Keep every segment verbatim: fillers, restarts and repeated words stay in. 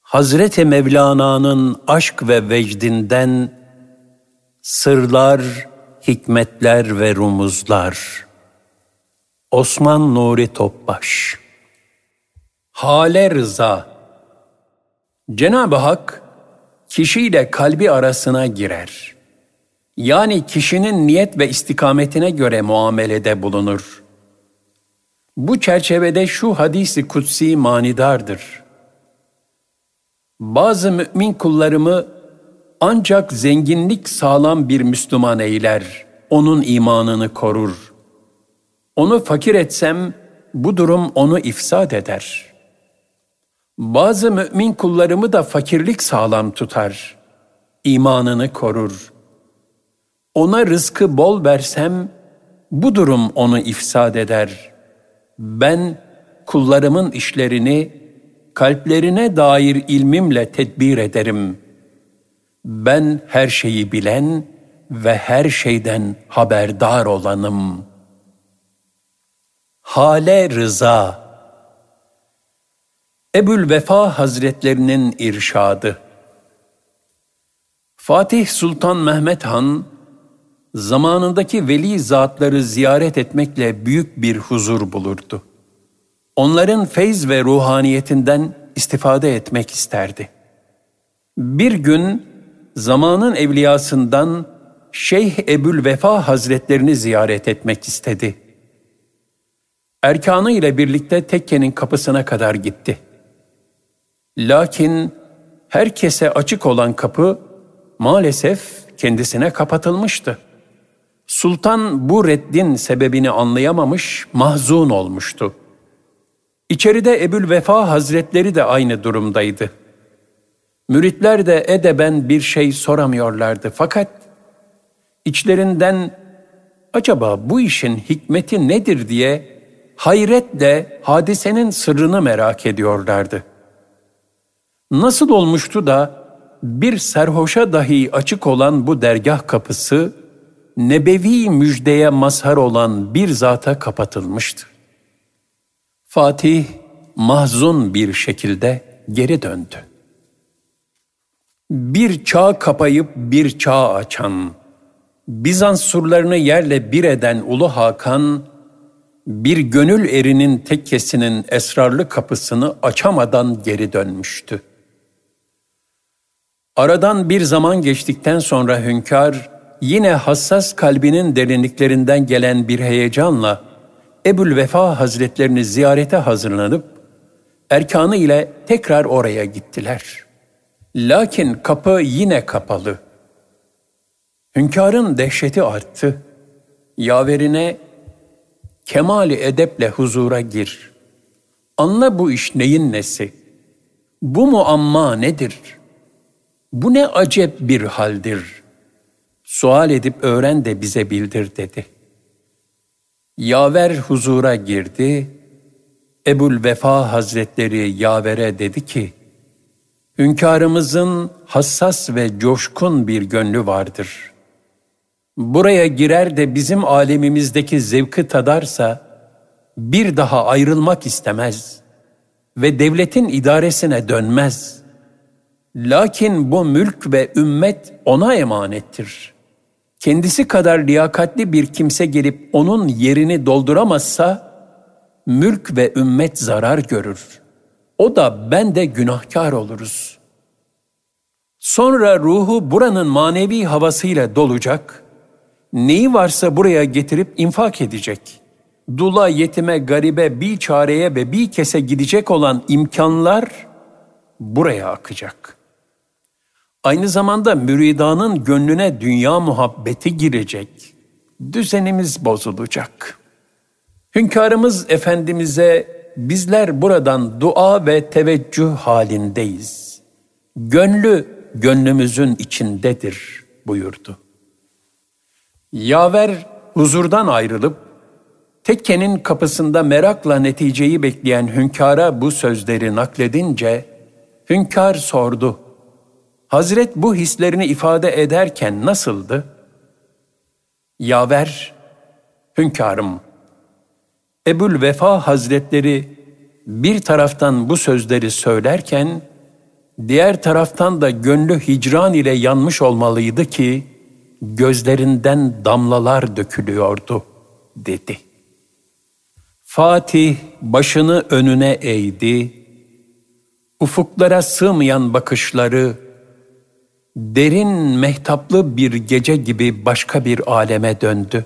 Hazreti Mevlana'nın aşk ve vecdinden sırlar, hikmetler ve rumuzlar. Osman Nuri Topbaş. Hale rıza. Cenab-ı Hak kişiyle kalbi arasına girer. Yani kişinin niyet ve istikametine göre muamelede bulunur. Bu çerçevede şu hadis-i kutsi manidardır. Bazı mümin kullarımı ancak zenginlik sağlam bir Müslüman eyler, onun imanını korur. Onu fakir etsem bu durum onu ifsad eder. Bazı mümin kullarımı da fakirlik sağlam tutar, imanını korur. Ona rızkı bol versem bu durum onu ifsad eder. Ben kullarımın işlerini kalplerine dair ilmimle tedbir ederim. Ben her şeyi bilen ve her şeyden haberdar olanım. Hale rıza. Ebu'l-Vefa Hazretlerinin irşadı. Fatih Sultan Mehmet Han, zamanındaki veli zatları ziyaret etmekle büyük bir huzur bulurdu. Onların feyz ve ruhaniyetinden istifade etmek isterdi. Bir gün zamanın evliyasından Şeyh Ebu'l-Vefa Hazretlerini ziyaret etmek istedi. Erkanı ile birlikte tekkenin kapısına kadar gitti. Lakin herkese açık olan kapı maalesef kendisine kapatılmıştı. Sultan bu reddin sebebini anlayamamış, mahzun olmuştu. İçeride Ebu'l-Vefa Hazretleri de aynı durumdaydı. Müritler de edeben bir şey soramıyorlardı. Fakat içlerinden acaba bu işin hikmeti nedir diye hayretle hadisenin sırrını merak ediyorlardı. Nasıl olmuştu da bir serhoşa dahi açık olan bu dergah kapısı, nebevi müjdeye mazhar olan bir zata kapatılmıştı. Fatih mahzun bir şekilde geri döndü. Bir çağ kapayıp bir çağ açan, Bizans surlarını yerle bir eden Ulu Hakan, bir gönül erinin tekkesinin esrarlı kapısını açamadan geri dönmüştü. Aradan bir zaman geçtikten sonra hünkâr, yine hassas kalbinin derinliklerinden gelen bir heyecanla Ebu'l-Vefa Hazretlerini ziyarete hazırlanıp, erkanı ile tekrar oraya gittiler. Lakin kapı yine kapalı. Hünkârın dehşeti arttı. Yaverine, kemali edeple huzura gir. Anla bu iş neyin nesi? Bu muamma nedir? Bu ne acep bir haldir? Sual edip öğren de bize bildir dedi. Yaver huzura girdi. Ebu'l-Vefa Hazretleri yavere dedi ki, hünkârımızın hassas ve coşkun bir gönlü vardır. Buraya girer de bizim alemimizdeki zevkı tadarsa, bir daha ayrılmak istemez ve devletin idaresine dönmez. Lakin bu mülk ve ümmet ona emanettir. Kendisi kadar liyakatli bir kimse gelip onun yerini dolduramazsa, mülk ve ümmet zarar görür. O da ben de günahkar oluruz. Sonra ruhu buranın manevi havasıyla dolacak, neyi varsa buraya getirip infak edecek. Dula, yetime, garibe, biçareye ve bir kese gidecek olan imkanlar buraya akacak. Aynı zamanda müridanın gönlüne dünya muhabbeti girecek. Düzenimiz bozulacak. Hünkârımız Efendimiz'e bizler buradan dua ve teveccüh halindeyiz. Gönlü gönlümüzün içindedir buyurdu. Yaver huzurdan ayrılıp tekkenin kapısında merakla neticeyi bekleyen hünkâra bu sözleri nakledince hünkâr sordu. Hazret bu hislerini ifade ederken nasıldı? Yaver, hünkârım, Ebu'l-Vefa Hazretleri bir taraftan bu sözleri söylerken, Diğer taraftan da gönlü hicran ile yanmış olmalıydı ki, gözlerinden damlalar dökülüyordu, dedi. Fatih başını önüne eğdi, ufuklara sığmayan bakışları, derin mehtaplı bir gece gibi başka bir aleme döndü.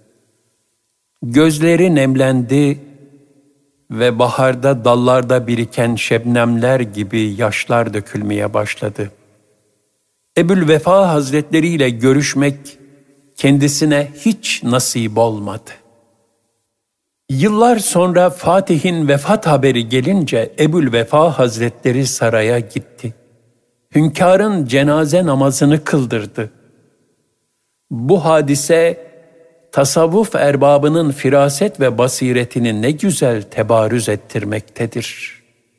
Gözleri nemlendi ve baharda dallarda biriken şebnemler gibi yaşlar dökülmeye başladı. Ebu'l-Vefa Hazretleri ile görüşmek kendisine hiç nasip olmadı. Yıllar sonra Fatih'in vefat haberi gelince Ebu'l-Vefa Hazretleri saraya gitti. Hünkârın cenaze namazını kıldırdı. Bu hadise tasavvuf erbabının firaset ve basiretini ne güzel tebarüz ettirmektedir.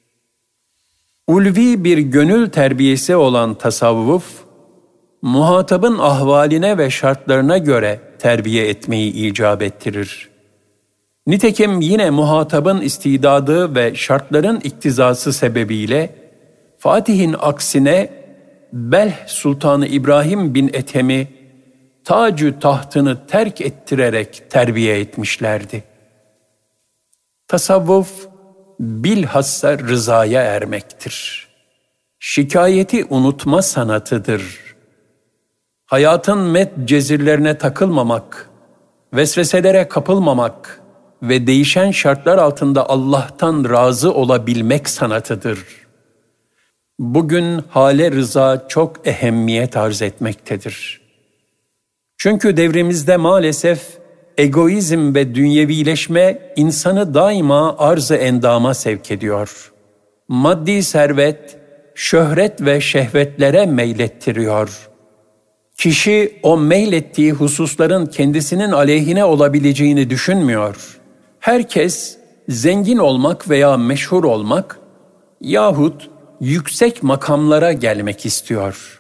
Ulvi bir gönül terbiyesi olan tasavvuf, muhatabın ahvaline ve şartlarına göre terbiye etmeyi icap ettirir. Nitekim yine muhatabın istidadı ve şartların iktizası sebebiyle Fatih'in aksine Belh Sultanı İbrahim bin Ethem'i tacü tahtını terk ettirerek terbiye etmişlerdi. Tasavvuf bilhassa rızaya ermektir. Şikayeti unutma sanatıdır. Hayatın met cezirlerine takılmamak, vesveselere kapılmamak ve değişen şartlar altında Allah'tan razı olabilmek sanatıdır. Bugün hale rıza çok ehemmiyet arz etmektedir. Çünkü devrimizde maalesef egoizm ve dünyevileşme insanı daima arz-ı endama sevk ediyor. Maddi servet, şöhret ve şehvetlere meylettiriyor. Kişi o meylettiği hususların kendisinin aleyhine olabileceğini düşünmüyor. Herkes zengin olmak veya meşhur olmak yahut yüksek makamlara gelmek istiyor.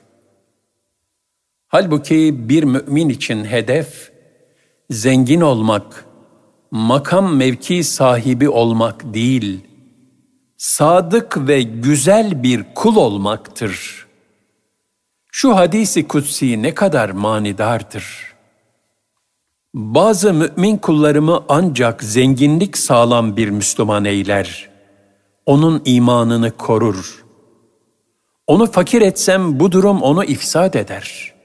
Halbuki bir mümin için hedef, zengin olmak, makam mevki sahibi olmak değil, sadık ve güzel bir kul olmaktır. Şu hadisi kutsi ne kadar manidardır. Bazı mümin kullarımı ancak zenginlik sağlam bir Müslüman eyler. Onun imanını korur. Onu fakir etsem bu durum onu ifsad eder.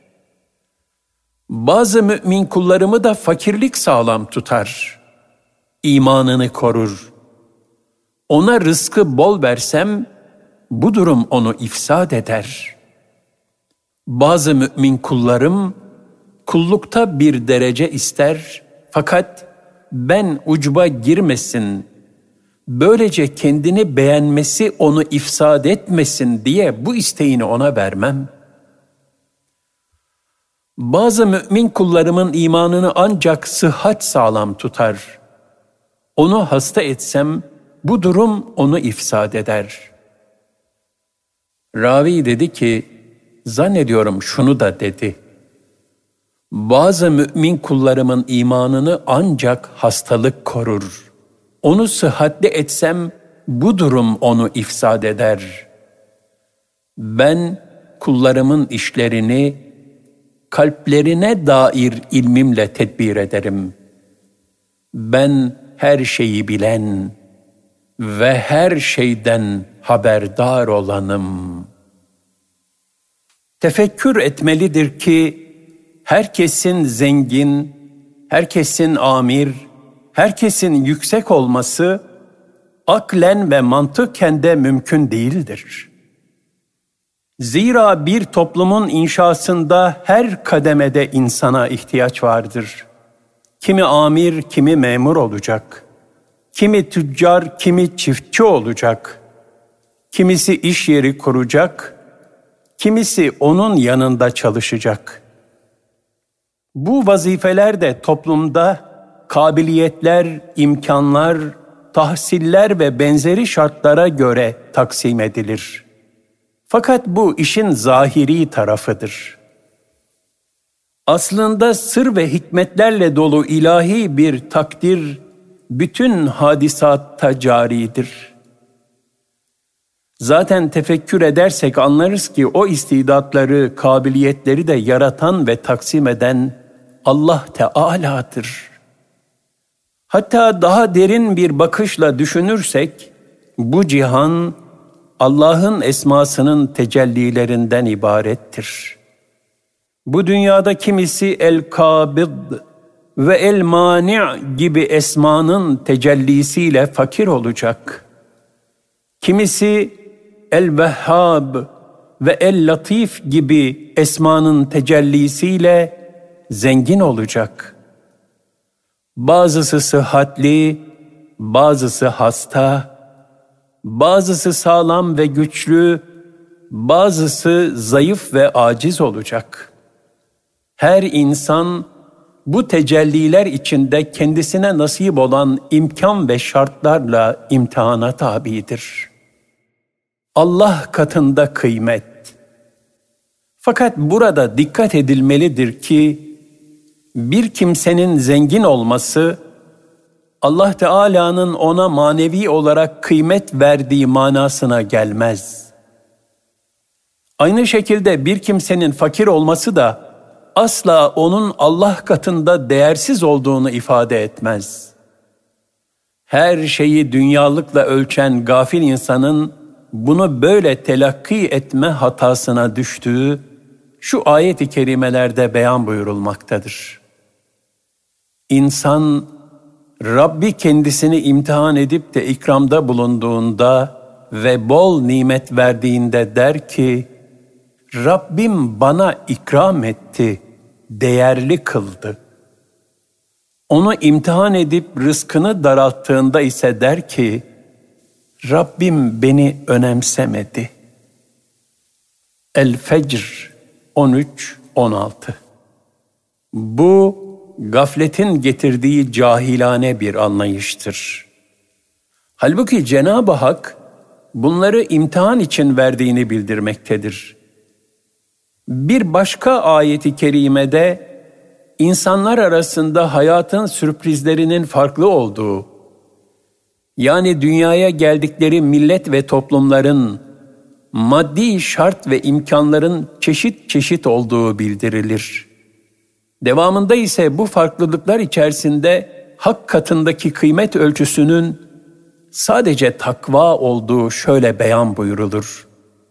Bazı mümin kullarımı da fakirlik sağlam tutar. İmanını korur. Ona rızkı bol versem bu durum onu ifsad eder. Bazı mümin kullarım kullukta bir derece ister fakat ben ucuba girmesin, böylece kendini beğenmesi onu ifsad etmesin diye bu isteğini ona vermem. Bazı mümin kullarımın imanını ancak sıhhat sağlam tutar. Onu hasta etsem bu durum onu ifsad eder. Ravi dedi ki, zannediyorum şunu da dedi. Bazı mümin kullarımın imanını ancak hastalık korur. Onu sıhhatli etsem bu durum onu ifsad eder. Ben kullarımın işlerini kalplerine dair ilmimle tedbir ederim. Ben her şeyi bilen ve her şeyden haberdar olanım. Tefekkür etmelidir ki herkesin zengin, herkesin amir, herkesin yüksek olması aklen ve mantıken de mümkün değildir. Zira bir toplumun inşasında her kademede insana ihtiyaç vardır. Kimi amir, kimi memur olacak. Kimi tüccar, kimi çiftçi olacak. Kimisi iş yeri kuracak, kimisi onun yanında çalışacak. Bu vazifeler de toplumda kabiliyetler, imkanlar, tahsiller ve benzeri şartlara göre taksim edilir. Fakat bu işin zahiri tarafıdır. Aslında sır ve hikmetlerle dolu ilahi bir takdir bütün hadisatta caridir. Zaten tefekkür edersek anlarız ki o istidatları, kabiliyetleri de yaratan ve taksim eden Allah Teala'dır. Hatta daha derin bir bakışla düşünürsek, bu cihan Allah'ın esmasının tecellilerinden ibarettir. Bu dünyada kimisi El-Kabid ve El-Mani' gibi esmanın tecellisiyle fakir olacak. Kimisi El-Vehhab ve El-Latif gibi esmanın tecellisiyle zengin olacak. Bazısı sıhhatli, bazısı hasta, bazısı sağlam ve güçlü, bazısı zayıf ve aciz olacak. Her insan bu tecelliler içinde kendisine nasip olan imkan ve şartlarla imtihana tabidir. Allah katında kıymet. Fakat burada dikkat edilmelidir ki, bir kimsenin zengin olması, Allah Teala'nın ona manevi olarak kıymet verdiği manasına gelmez. Aynı şekilde bir kimsenin fakir olması da asla onun Allah katında değersiz olduğunu ifade etmez. Her şeyi dünyalıkla ölçen gafil insanın bunu böyle telakki etme hatasına düştüğü şu ayet-i kerimelerde beyan buyurulmaktadır. İnsan, Rabbi kendisini imtihan edip de ikramda bulunduğunda ve bol nimet verdiğinde der ki, Rabbim bana ikram etti, değerli kıldı. Onu imtihan edip rızkını daralttığında ise der ki, Rabbim beni önemsemedi. El-Fecr on üç on altı. Bu, gafletin getirdiği cahilane bir anlayıştır. Halbuki Cenab-ı Hak bunları imtihan için verdiğini bildirmektedir. Bir başka ayeti kerimede insanlar arasında hayatın sürprizlerinin farklı olduğu, yani dünyaya geldikleri millet ve toplumların maddi şart ve imkanların çeşit çeşit olduğu bildirilir. Devamında ise bu farklılıklar içerisinde hak katındaki kıymet ölçüsünün sadece takva olduğu şöyle beyan buyurulur.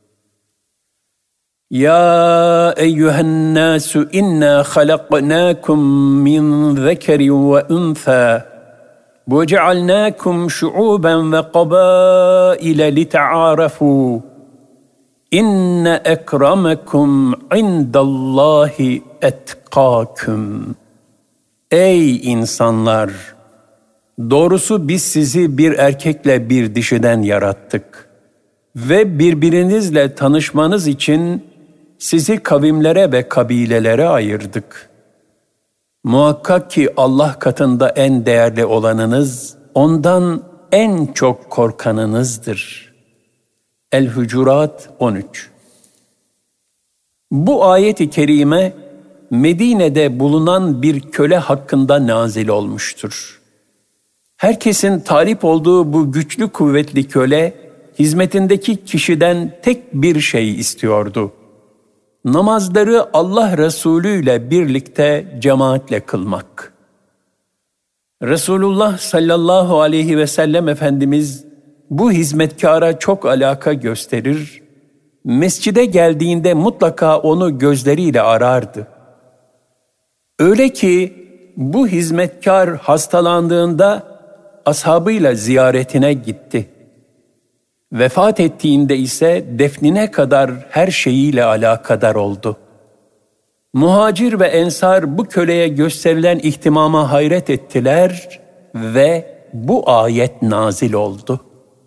Ya eyyühen nasu inna halaknakum min zekerin ve untha ve cealnakum şu'uben ve qabaile lita'arafu İnne ekremekum indallahi etkâküm. Ey insanlar! Doğrusu biz sizi bir erkekle bir dişiden yarattık ve birbirinizle tanışmanız için sizi kavimlere ve kabilelere ayırdık. Muhakkak ki Allah katında en değerli olanınız, ondan en çok korkanınızdır. El-Hucurat on üç. Bu ayet-i kerime Medine'de bulunan bir köle hakkında nazil olmuştur. Herkesin talip olduğu bu güçlü kuvvetli köle hizmetindeki kişiden tek bir şey istiyordu. Namazları Allah Resulü ile birlikte cemaatle kılmak. Resulullah sallallahu aleyhi ve sellem Efendimiz bu hizmetkara çok alaka gösterir, mescide geldiğinde mutlaka onu gözleriyle arardı. Öyle ki bu hizmetkar hastalandığında ashabıyla ziyaretine gitti. Vefat ettiğinde ise defnine kadar her şeyiyle alakadar oldu. Muhacir ve ensar bu köleye gösterilen ihtimama hayret ettiler ve bu ayet nazil oldu.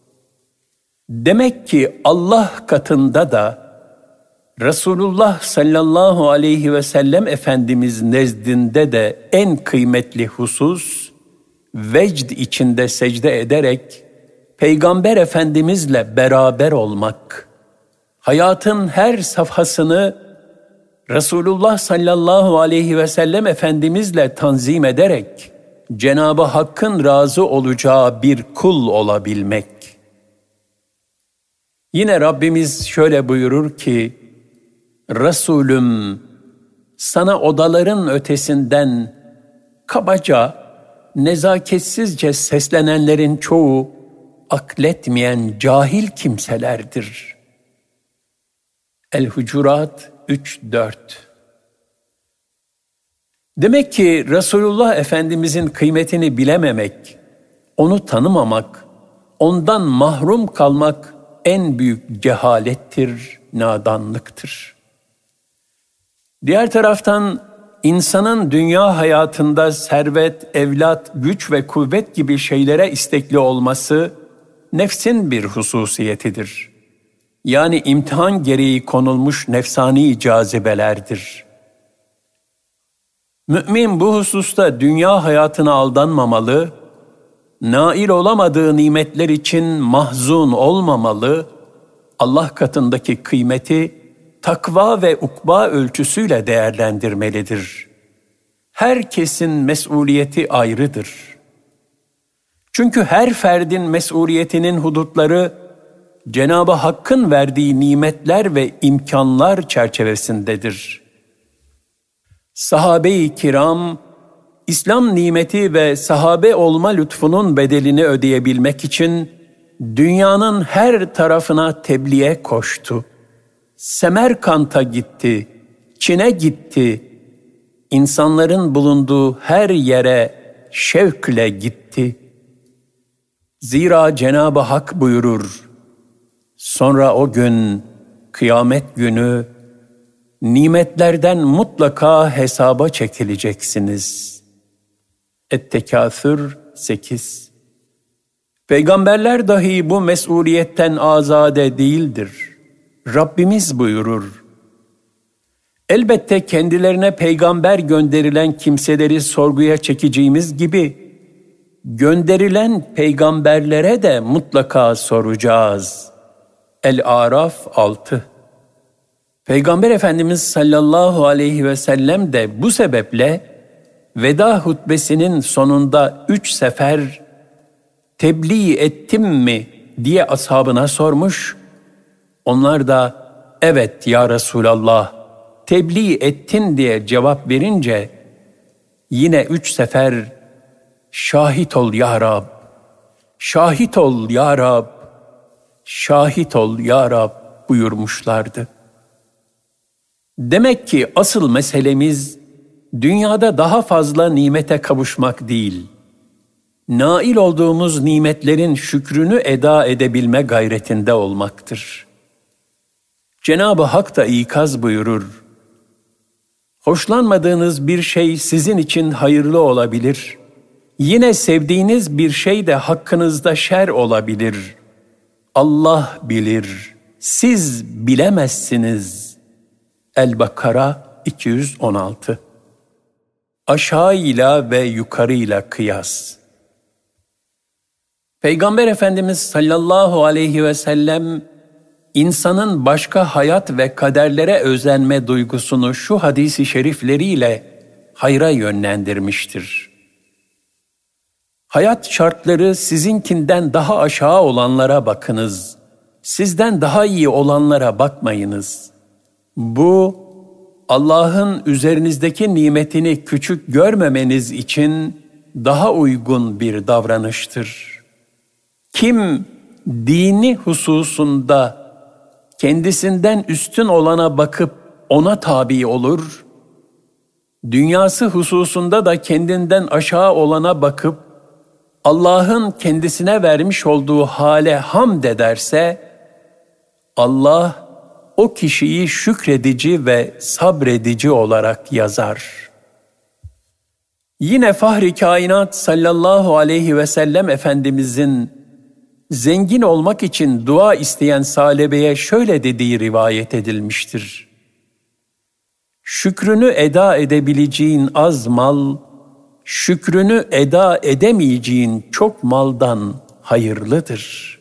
Demek ki Allah katında da Resulullah sallallahu aleyhi ve sellem Efendimiz nezdinde de en kıymetli husus, vecd içinde secde ederek Peygamber Efendimizle beraber olmak, hayatın her safhasını Resulullah sallallahu aleyhi ve sellem Efendimizle tanzim ederek Cenab-ı Hakk'ın razı olacağı bir kul olabilmek. Yine Rabbimiz şöyle buyurur ki, Resulüm, sana odaların ötesinden kabaca, nezaketsizce seslenenlerin çoğu akletmeyen cahil kimselerdir. El-Hucurat üç dört. Demek ki Resulullah Efendimizin kıymetini bilememek, onu tanımamak, ondan mahrum kalmak en büyük cehalettir, nadanlıktır. Diğer taraftan insanın dünya hayatında servet, evlat, güç ve kuvvet gibi şeylere istekli olması nefsin bir hususiyetidir. Yani imtihan gereği konulmuş nefsani cazibelerdir. Mümin bu hususta dünya hayatına aldanmamalı, nail olamadığı nimetler için mahzun olmamalı, Allah katındaki kıymeti takva ve ukba ölçüsüyle değerlendirmelidir. Herkesin mesuliyeti ayrıdır. Çünkü her ferdin mesuliyetinin hudutları Cenab-ı Hakk'ın verdiği nimetler ve imkanlar çerçevesindedir. Sahabe-i kiram, İslam nimeti ve sahabe olma lütfunun bedelini ödeyebilmek için dünyanın her tarafına tebliğe koştu. Semerkant'a gitti, Çin'e gitti, insanların bulunduğu her yere şevkle gitti. Zira Cenab-ı Hak buyurur, sonra o gün, kıyamet günü, nimetlerden mutlaka hesaba çekileceksiniz. Et-Tekâthür sekiz. Peygamberler dahi bu mesuliyetten azade değildir. Rabbimiz buyurur, elbette kendilerine peygamber gönderilen kimseleri sorguya çekeceğimiz gibi, gönderilen peygamberlere de mutlaka soracağız. El-Araf altı. Peygamber Efendimiz sallallahu aleyhi ve sellem de bu sebeple veda hutbesinin sonunda üç sefer tebliğ ettim mi diye ashabına sormuş. Onlar da evet ya Resulallah tebliğ ettin diye cevap verince yine üç sefer şahit ol ya Rab, şahit ol ya Rab, şahit ol ya Rab buyurmuşlardı. Demek ki asıl meselemiz dünyada daha fazla nimete kavuşmak değil, nail olduğumuz nimetlerin şükrünü eda edebilme gayretinde olmaktır. Cenab-ı Hak da ikaz buyurur, hoşlanmadığınız bir şey sizin için hayırlı olabilir, yine sevdiğiniz bir şey de hakkınızda şer olabilir. Allah bilir, siz bilemezsiniz. El-Bakara iki yüz on altı. Aşağıyla ve yukarıyla kıyas. Peygamber Efendimiz sallallahu aleyhi ve sellem, insanın başka hayat ve kaderlere özenme duygusunu şu hadis-i şerifleriyle hayra yönlendirmiştir. Hayat şartları sizinkinden daha aşağı olanlara bakınız, sizden daha iyi olanlara bakmayınız. Bu, Allah'ın üzerinizdeki nimetini küçük görmemeniz için daha uygun bir davranıştır. Kim dini hususunda kendisinden üstün olana bakıp ona tabi olur, dünyası hususunda da kendinden aşağı olana bakıp Allah'ın kendisine vermiş olduğu hale hamd ederse, Allah o kişiyi şükredici ve sabredici olarak yazar. Yine Fahri Kainat sallallahu aleyhi ve sellem Efendimizin zengin olmak için dua isteyen salebeye şöyle dediği rivayet edilmiştir. Şükrünü eda edebileceğin az mal, şükrünü eda edemeyeceğin çok maldan hayırlıdır.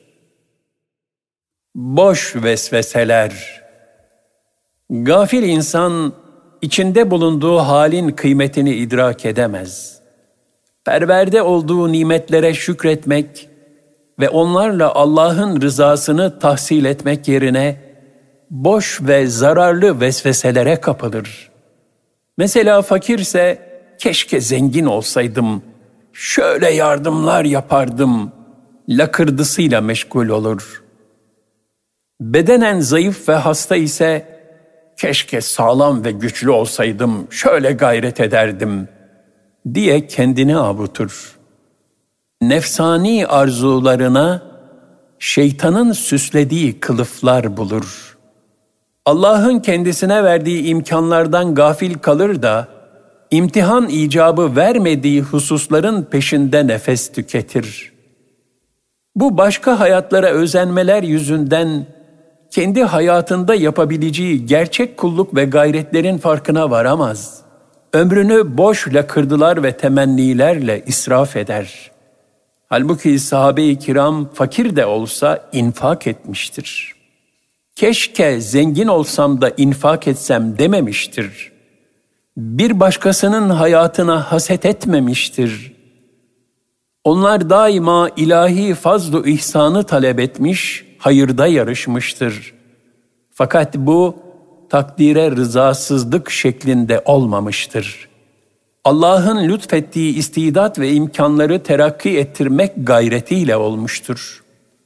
Boş vesveseler. Gafil insan içinde bulunduğu halin kıymetini idrak edemez. Perverde olduğu nimetlere şükretmek ve onlarla Allah'ın rızasını tahsil etmek yerine boş ve zararlı vesveselere kapılır. Mesela fakirse keşke zengin olsaydım, şöyle yardımlar yapardım lakırdısıyla meşgul olur. Bedenen zayıf ve hasta ise keşke sağlam ve güçlü olsaydım, şöyle gayret ederdim diye kendini avutur. Nefsani arzularına şeytanın süslediği kılıflar bulur. Allah'ın kendisine verdiği imkanlardan gafil kalır da, imtihan icabı vermediği hususların peşinde nefes tüketir. Bu başka hayatlara özenmeler yüzünden kendi hayatında yapabileceği gerçek kulluk ve gayretlerin farkına varamaz. Ömrünü boş lakırdılar ve temennilerle israf eder. Halbuki sahabe-i kiram fakir de olsa infak etmiştir. Keşke zengin olsam da infak etsem dememiştir. Bir başkasının hayatına haset etmemiştir. Onlar daima ilahi fazl-ı ihsanı talep etmiş, hayırda yarışmıştır. Fakat bu takdire rızasızlık şeklinde olmamıştır. Allah'ın lütfettiği istidat ve imkanları terakki ettirmek gayretiyle olmuştur.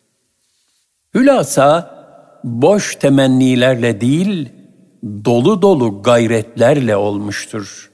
Hülasa boş temennilerle değil, dolu dolu gayretlerle olmuştur.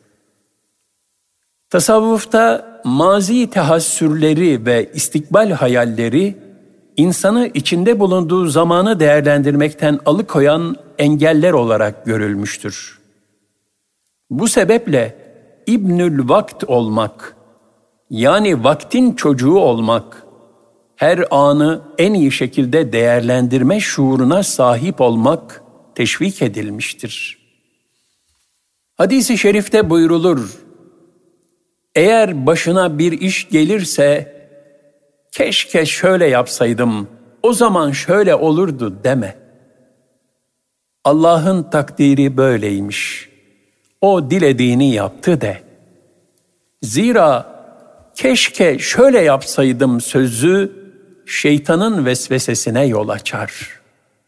Tasavvufta mazi tehassürleri ve istikbal hayalleri, insanı içinde bulunduğu zamanı değerlendirmekten alıkoyan engeller olarak görülmüştür. Bu sebeple İbnül Vakt olmak, yani vaktin çocuğu olmak, her anı en iyi şekilde değerlendirme şuuruna sahip olmak teşvik edilmiştir. Hadis-i şerifte buyrulur, eğer başına bir iş gelirse, keşke şöyle yapsaydım, o zaman şöyle olurdu deme. Allah'ın takdiri böyleymiş, o dilediğini yaptı de. Zira keşke şöyle yapsaydım sözü, şeytanın vesvesesine yol açar.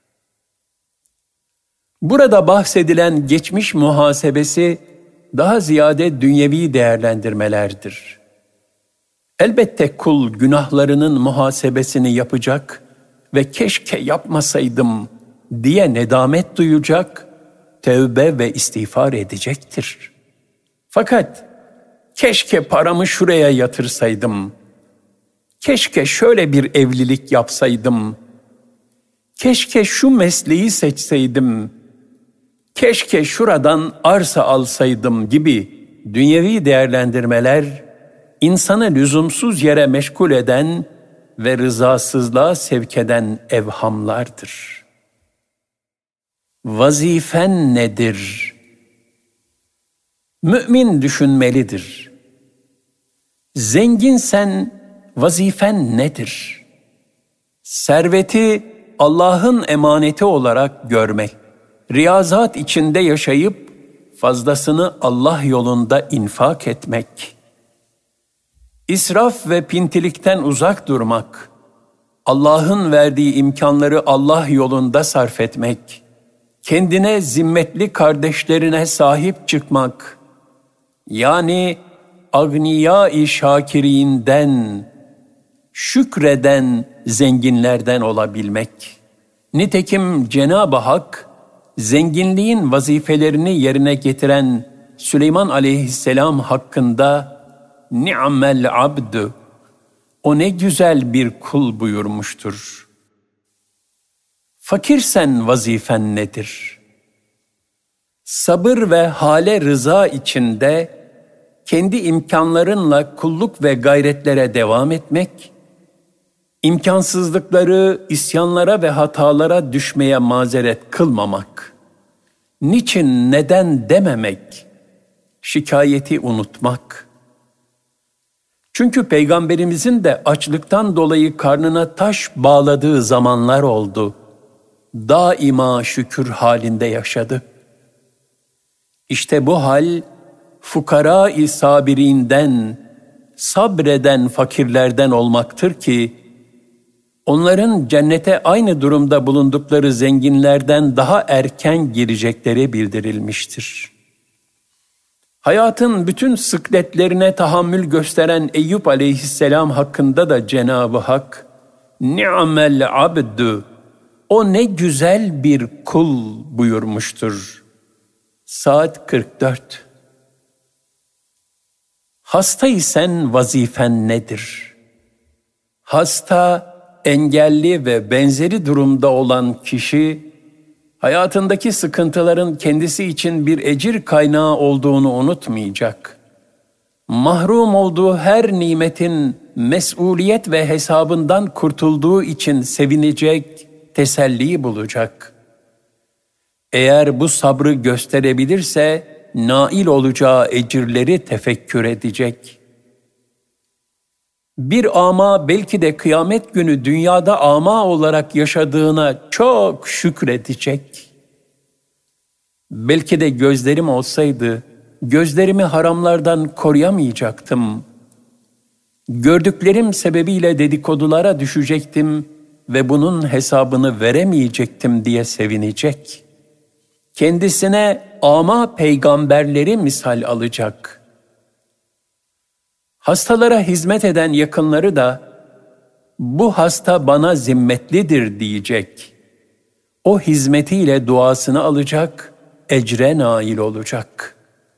Burada bahsedilen geçmiş muhasebesi, daha ziyade dünyevi değerlendirmelerdir. Elbette kul günahlarının muhasebesini yapacak ve keşke yapmasaydım diye nedamet duyacak, tevbe ve istiğfar edecektir. Fakat keşke paramı şuraya yatırsaydım, keşke şöyle bir evlilik yapsaydım, keşke şu mesleği seçseydim, keşke şuradan arsa alsaydım gibi dünyevi değerlendirmeler, insanı lüzumsuz yere meşgul eden ve rızasızlığa sevk eden evhamlardır. Vazifen nedir? Mümin düşünmelidir. Zenginsen vazifen nedir? Serveti Allah'ın emaneti olarak görmek, riyazat içinde yaşayıp fazlasını Allah yolunda infak etmek, İsraf ve pintilikten uzak durmak, Allah'ın verdiği imkanları Allah yolunda sarf etmek, kendine zimmetli kardeşlerine sahip çıkmak, yani agniya-i şakirinden, şükreden zenginlerden olabilmek. Nitekim Cenab-ı Hak, zenginliğin vazifelerini yerine getiren Süleyman aleyhisselam hakkında ni'mel abdü, o ne güzel bir kul buyurmuştur. Fakirsen vazifen nedir? Sabır ve hale rıza içinde kendi imkanlarınla kulluk ve gayretlere devam etmek, imkansızlıkları, isyanlara ve hatalara düşmeye mazeret kılmamak, niçin, neden dememek, şikayeti unutmak. Çünkü Peygamberimizin de açlıktan dolayı karnına taş bağladığı zamanlar oldu. Daima şükür halinde yaşadı. İşte bu hal, fukara-i sabirinden, sabreden fakirlerden olmaktır ki, onların cennete aynı durumda bulundukları zenginlerden daha erken girecekleri bildirilmiştir. Hayatın bütün sıkletlerine tahammül gösteren Eyüp aleyhisselam hakkında da Cenab-ı Hak, "Ni'mel abdü, o ne güzel bir kul" buyurmuştur. Saat kırk dört. Hastaysan vazifen nedir? Hasta, engelli ve benzeri durumda olan kişi, hayatındaki sıkıntıların kendisi için bir ecir kaynağı olduğunu unutmayacak. Mahrum olduğu her nimetin mesuliyet ve hesabından kurtulduğu için sevinecek, teselli bulacak. Eğer bu sabrı gösterebilirse, nail olacağı ecirleri tefekkür edecek. Bir ama belki de kıyamet günü dünyada ama olarak yaşadığına çok şükredecek. Belki de gözlerim olsaydı, gözlerimi haramlardan koruyamayacaktım. Gördüklerim sebebiyle dedikodulara düşecektim ve bunun hesabını veremeyecektim diye sevinecek. Kendisine ama peygamberleri misal alacak. Hastalara hizmet eden yakınları da, "Bu hasta bana zimmetlidir" diyecek. O hizmetiyle duasını alacak, ecre nail olacak.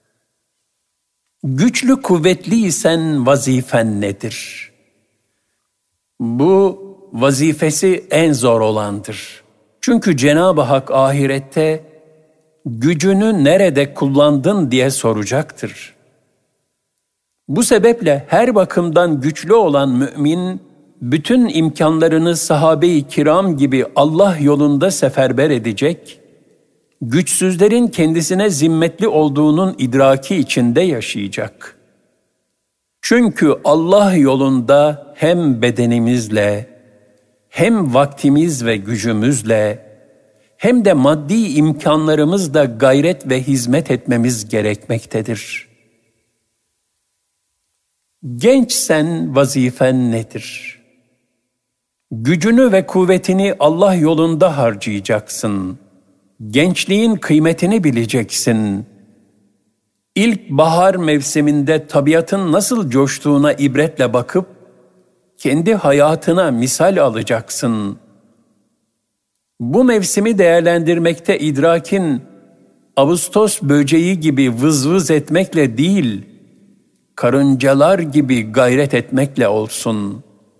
Güçlü kuvvetliysen vazifen nedir? Bu vazifesi en zor olandır. Çünkü Cenab-ı Hak ahirette gücünü nerede kullandın diye soracaktır. Bu sebeple her bakımdan güçlü olan mümin, bütün imkanlarını sahabe-i kiram gibi Allah yolunda seferber edecek, güçsüzlerin kendisine zimmetli olduğunun idraki içinde yaşayacak. Çünkü Allah yolunda hem bedenimizle, hem vaktimiz ve gücümüzle, hem de maddi imkanlarımızla gayret ve hizmet etmemiz gerekmektedir. Gençsen vazifen nedir? Gücünü ve kuvvetini Allah yolunda harcayacaksın. Gençliğin kıymetini bileceksin. İlk bahar mevsiminde tabiatın nasıl coştuğuna ibretle bakıp, kendi hayatına misal alacaksın. Bu mevsimi değerlendirmekte idrakin, Ağustos böceği gibi vız vız etmekle değil, karıncalar gibi gayret etmekle olsun.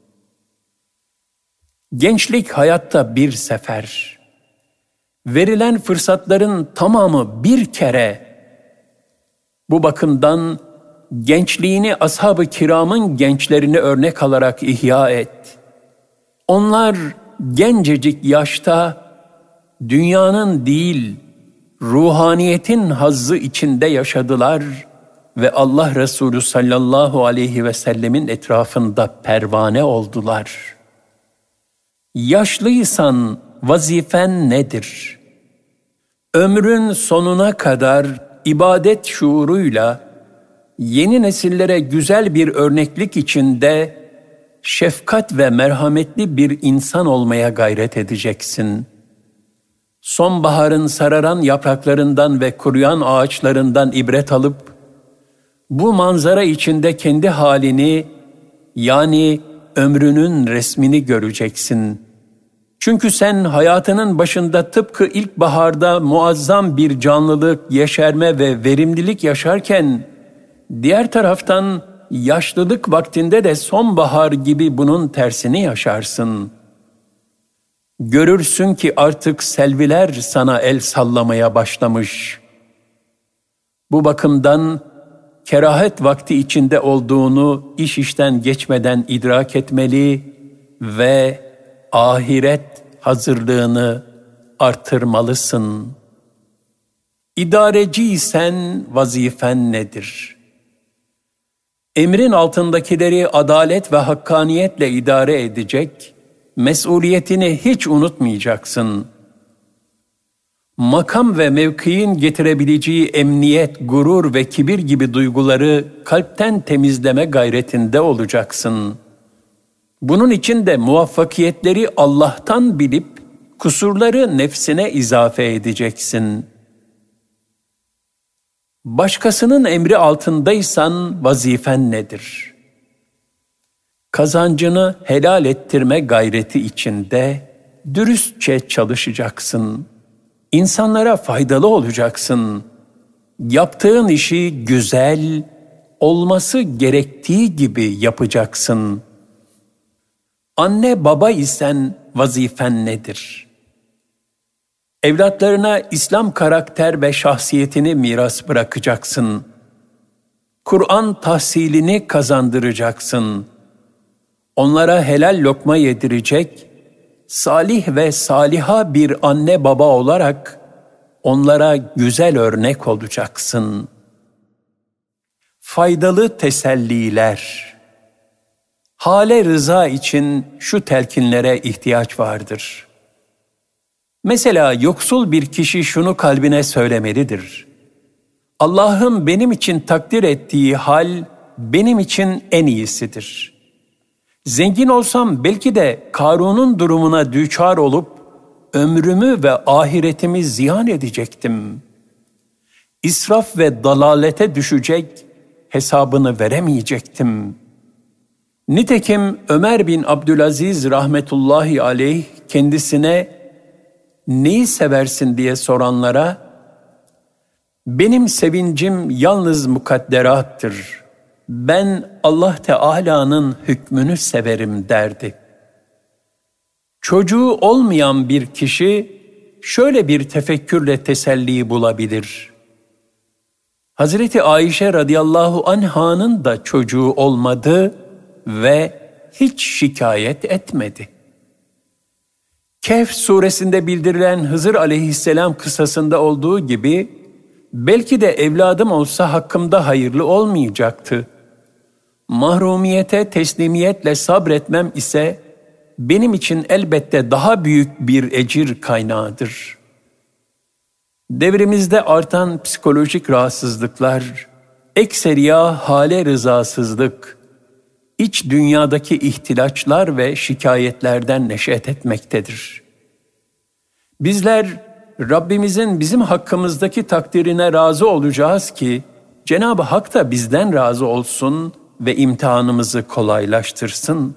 Gençlik hayatta bir sefer. Verilen fırsatların tamamı bir kere. Bu bakımdan gençliğini ashab-ı kiramın gençlerini örnek alarak ihya et. Onlar gencecik yaşta dünyanın değil, ruhaniyetin hazzı içinde yaşadılar ve Allah Resulü sallallahu aleyhi ve sellemin etrafında pervane oldular. Yaşlıysan vazifen nedir? Ömrün sonuna kadar ibadet şuuruyla yeni nesillere güzel bir örneklik içinde şefkat ve merhametli bir insan olmaya gayret edeceksin. Sonbaharın sararan yapraklarından ve kuruyan ağaçlarından ibret alıp, bu manzara içinde kendi halini, yani ömrünün resmini göreceksin. Çünkü sen hayatının başında tıpkı ilkbaharda muazzam bir canlılık, yeşerme ve verimlilik yaşarken, diğer taraftan yaşlılık vaktinde de sonbahar gibi bunun tersini yaşarsın. Görürsün ki artık selviler sana el sallamaya başlamış. Bu bakımdan kerahet vakti içinde olduğunu iş işten geçmeden idrak etmeli ve ahiret hazırlığını artırmalısın. İdareciysen vazifen nedir? Emrin altındakileri adalet ve hakkaniyetle idare edecek, mesuliyetini hiç unutmayacaksın. Makam ve mevkiin getirebileceği emniyet, gurur ve kibir gibi duyguları kalpten temizleme gayretinde olacaksın. Bunun için de muvaffakiyetleri Allah'tan bilip kusurları nefsine izafe edeceksin. Başkasının emri altındaysan vazifen nedir? Kazancını helal ettirme gayreti içinde dürüstçe çalışacaksın. İnsanlara faydalı olacaksın. Yaptığın işi güzel, olması gerektiği gibi yapacaksın. Anne baba isen vazifen nedir? Evlatlarına İslam karakter ve şahsiyetini miras bırakacaksın. Kur'an tahsilini kazandıracaksın. Onlara helal lokma yedirecek, salih ve saliha bir anne baba olarak onlara güzel örnek olacaksın. Faydalı teselliler. Hale rıza için şu telkinlere ihtiyaç vardır. Mesela yoksul bir kişi şunu kalbine söylemelidir. Allah'ın benim için takdir ettiği hal benim için en iyisidir. Zengin olsam belki de Karun'un durumuna düçar olup ömrümü ve ahiretimi ziyan edecektim. İsraf ve dalalete düşecek, hesabını veremeyecektim. Nitekim Ömer bin Abdülaziz rahmetullahi aleyh kendisine neyi seversin diye soranlara, benim sevincim yalnız mukadderattır. Ben Allah Teala'nın hükmünü severim derdi. Çocuğu olmayan bir kişi şöyle bir tefekkürle teselli bulabilir. Hazreti Ayşe radıyallahu anh'ın da çocuğu olmadı ve hiç şikayet etmedi. Kehf suresinde bildirilen Hızır aleyhisselam kıssasında olduğu gibi, belki de evladım olsa hakkımda hayırlı olmayacaktı. Mahrumiyete teslimiyetle sabretmem ise benim için elbette daha büyük bir ecir kaynağıdır. Devrimizde artan psikolojik rahatsızlıklar, ekseriya hale rızasızlık, iç dünyadaki ihtilaçlar ve şikayetlerden neşet etmektedir. Bizler Rabbimizin bizim hakkımızdaki takdirine razı olacağız ki Cenab-ı Hak da bizden razı olsun ve imtihanımızı kolaylaştırsın.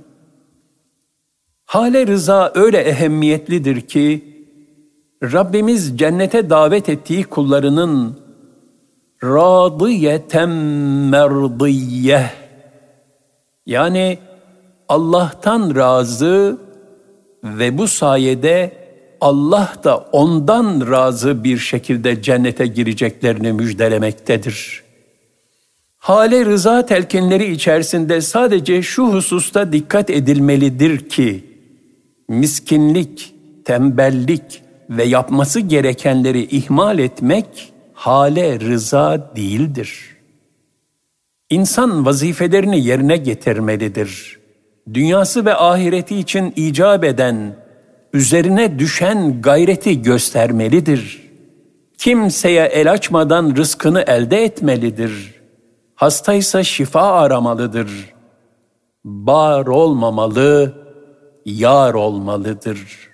Hale rıza öyle ehemmiyetlidir ki Rabbimiz cennete davet ettiği kullarının radiyeten merdiyeh, yani Allah'tan razı ve bu sayede Allah da ondan razı bir şekilde cennete gireceklerini müjdelemektedir. Hale rıza telkinleri içerisinde sadece şu hususta dikkat edilmelidir ki, miskinlik, tembellik ve yapması gerekenleri ihmal etmek hale rıza değildir. İnsan vazifelerini yerine getirmelidir. Dünyası ve ahireti için icap eden, üzerine düşen gayreti göstermelidir. Kimseye el açmadan rızkını elde etmelidir. Hastaysa şifa aramalıdır. Bar olmamalı, yar olmalıdır.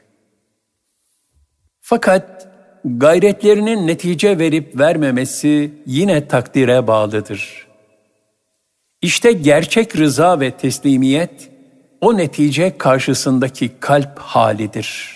Fakat gayretlerinin netice verip vermemesi yine takdire bağlıdır. İşte gerçek rıza ve teslimiyet, o netice karşısındaki kalp halidir.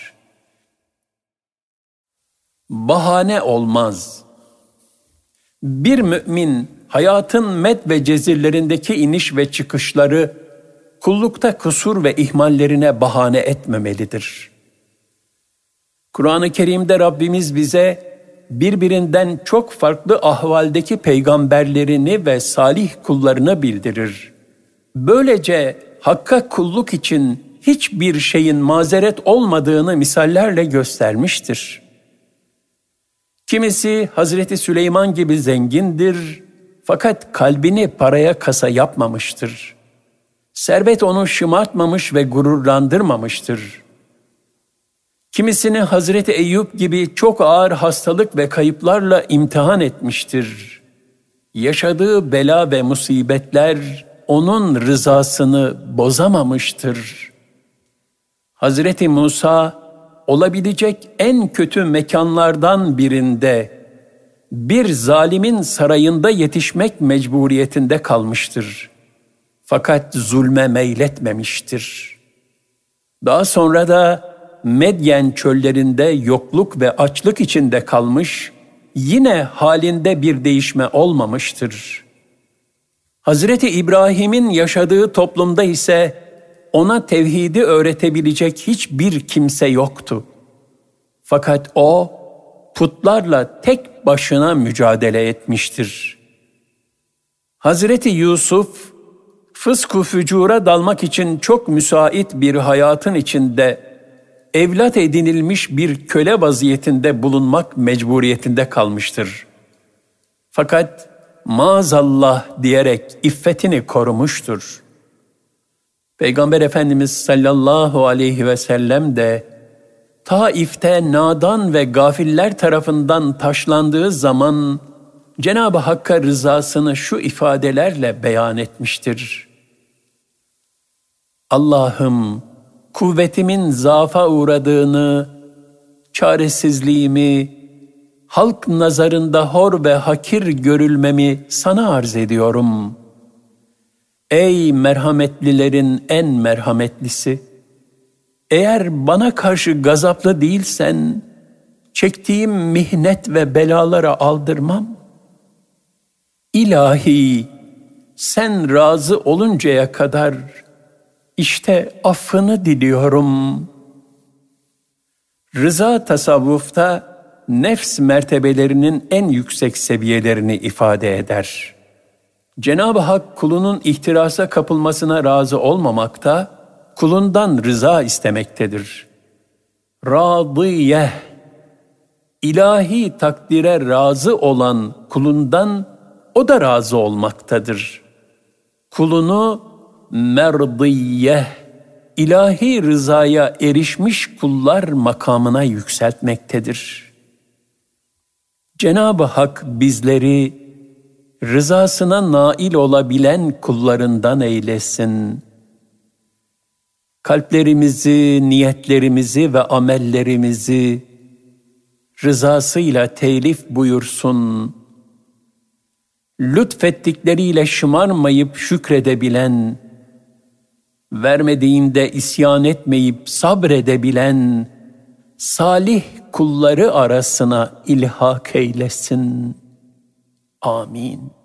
Bahane olmaz. Bir mümin, hayatın med ve cezirlerindeki iniş ve çıkışları, kullukta kusur ve ihmallerine bahane etmemelidir. Kur'an-ı Kerim'de Rabbimiz bize birbirinden çok farklı ahvaldeki peygamberlerini ve salih kullarını bildirir. Böylece Hakk'a kulluk için hiçbir şeyin mazeret olmadığını misallerle göstermiştir. Kimisi Hazreti Süleyman gibi zengindir, fakat kalbini paraya kasa yapmamıştır. Servet onu şımartmamış ve gururlandırmamıştır. Kimisini Hazreti Eyüp gibi çok ağır hastalık ve kayıplarla imtihan etmiştir. Yaşadığı bela ve musibetler onun rızasını bozamamıştır. Hazreti Musa olabilecek en kötü mekanlardan birinde bir zalimin sarayında yetişmek mecburiyetinde kalmıştır. Fakat zulme meyletmemiştir. Daha sonra da Medyen çöllerinde yokluk ve açlık içinde kalmış, yine halinde bir değişme olmamıştır. Hazreti İbrahim'in yaşadığı toplumda ise ona tevhidi öğretebilecek hiçbir kimse yoktu. Fakat o, putlarla tek başına mücadele etmiştir. Hazreti Yusuf, fısk-ı fücura dalmak için çok müsait bir hayatın içinde, evlat edinilmiş bir köle vaziyetinde bulunmak mecburiyetinde kalmıştır. Fakat maazallah diyerek iffetini korumuştur. Peygamber Efendimiz sallallahu aleyhi ve sellem de Taif'te nadan ve gafiller tarafından taşlandığı zaman Cenab-ı Hakk'a rızasını şu ifadelerle beyan etmiştir. Allah'ım, kuvvetimin zaafa uğradığını, çaresizliğimi, halk nazarında hor ve hakir görülmemi sana arz ediyorum. Ey merhametlilerin en merhametlisi! Eğer bana karşı gazaplı değilsen, çektiğim mihnet ve belalara aldırmam. İlahi, sen razı oluncaya kadar işte affını diliyorum. Rıza tasavvufta nefs mertebelerinin en yüksek seviyelerini ifade eder. Cenab-ı Hak kulunun ihtirasa kapılmasına razı olmamakta, kulundan rıza istemektedir. Radiyeh, ilahi takdire razı olan kulundan o da razı olmaktadır. Kulunu merdiyeh, ilahi rızaya erişmiş kullar makamına yükseltmektedir. Cenab-ı Hak bizleri rızasına nail olabilen kullarından eylesin. Kalplerimizi, niyetlerimizi ve amellerimizi rızasıyla telif buyursun. Lütfettikleriyle şımarmayıp şükredebilen, vermediğinde isyan etmeyip sabredebilen salih kulları arasına ilhak eylesin. Amin.